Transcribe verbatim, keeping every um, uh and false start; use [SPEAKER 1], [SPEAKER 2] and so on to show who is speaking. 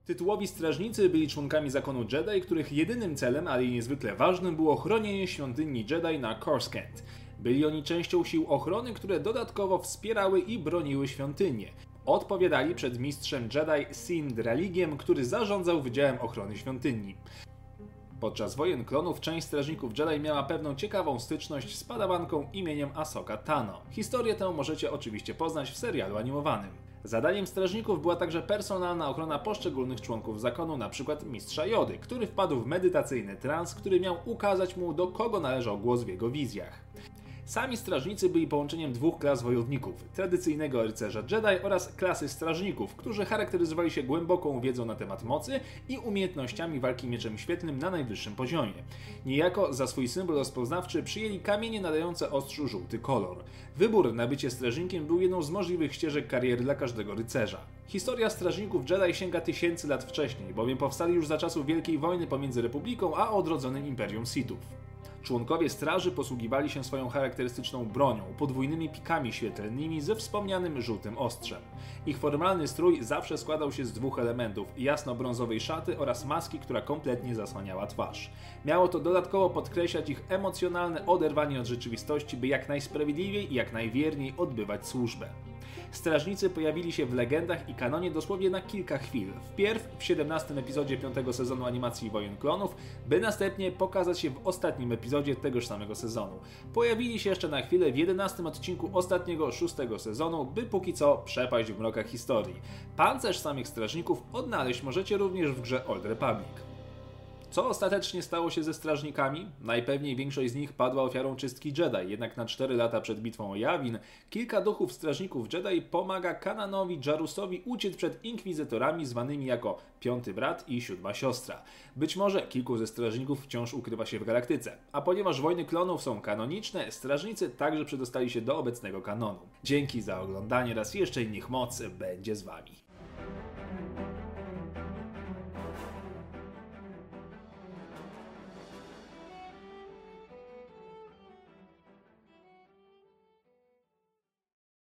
[SPEAKER 1] Tytułowi strażnicy byli członkami zakonu Jedi, których jedynym celem, ale i niezwykle ważnym, było chronienie świątyni Jedi na Coruscant. Byli oni częścią sił ochrony, które dodatkowo wspierały i broniły świątynię. Odpowiadali przed mistrzem Jedi Sin Draligiem, który zarządzał Wydziałem Ochrony Świątyni. Podczas wojen klonów część strażników Jedi miała pewną ciekawą styczność z padawanką imieniem Ahsoka Tano. Historię tę możecie oczywiście poznać w serialu animowanym. Zadaniem strażników była także personalna ochrona poszczególnych członków zakonu, np. mistrza Jody, który wpadł w medytacyjny trans, który miał ukazać mu, do kogo należał głos w jego wizjach. Sami strażnicy byli połączeniem dwóch klas wojowników, tradycyjnego rycerza Jedi oraz klasy strażników, którzy charakteryzowali się głęboką wiedzą na temat mocy i umiejętnościami walki mieczem świetlnym na najwyższym poziomie. Niejako za swój symbol rozpoznawczy przyjęli kamienie nadające ostrzu żółty kolor. Wybór na bycie strażnikiem był jedną z możliwych ścieżek kariery dla każdego rycerza. Historia strażników Jedi sięga tysięcy lat wcześniej, bowiem powstali już za czasów Wielkiej Wojny pomiędzy Republiką a odrodzonym Imperium Sithów. Członkowie straży posługiwali się swoją charakterystyczną bronią, podwójnymi pikami świetlnymi ze wspomnianym żółtym ostrzem. Ich formalny strój zawsze składał się z dwóch elementów: jasno-brązowej szaty oraz maski, która kompletnie zasłaniała twarz. Miało to dodatkowo podkreślać ich emocjonalne oderwanie od rzeczywistości, by jak najsprawiedliwiej i jak najwierniej odbywać służbę. Strażnicy pojawili się w legendach i kanonie dosłownie na kilka chwil. Wpierw w siedemnastym epizodzie piątego sezonu animacji Wojen Klonów, by następnie pokazać się w ostatnim epizodzie tegoż samego sezonu. Pojawili się jeszcze na chwilę w jedenastym odcinku ostatniego szóstego sezonu, by póki co przepaść w mrokach historii. Pancerz samych strażników odnaleźć możecie również w grze Old Republic. Co ostatecznie stało się ze strażnikami? Najpewniej większość z nich padła ofiarą czystki Jedi, jednak na cztery lata przed bitwą o Yavin kilka duchów strażników Jedi pomaga Kananowi Jarusowi uciec przed inkwizytorami zwanymi jako Piąty Brat i Siódma Siostra. Być może kilku ze strażników wciąż ukrywa się w galaktyce, a ponieważ Wojny Klonów są kanoniczne, strażnicy także przedostali się do obecnego kanonu. Dzięki za oglądanie raz jeszcze i niech moc będzie z wami.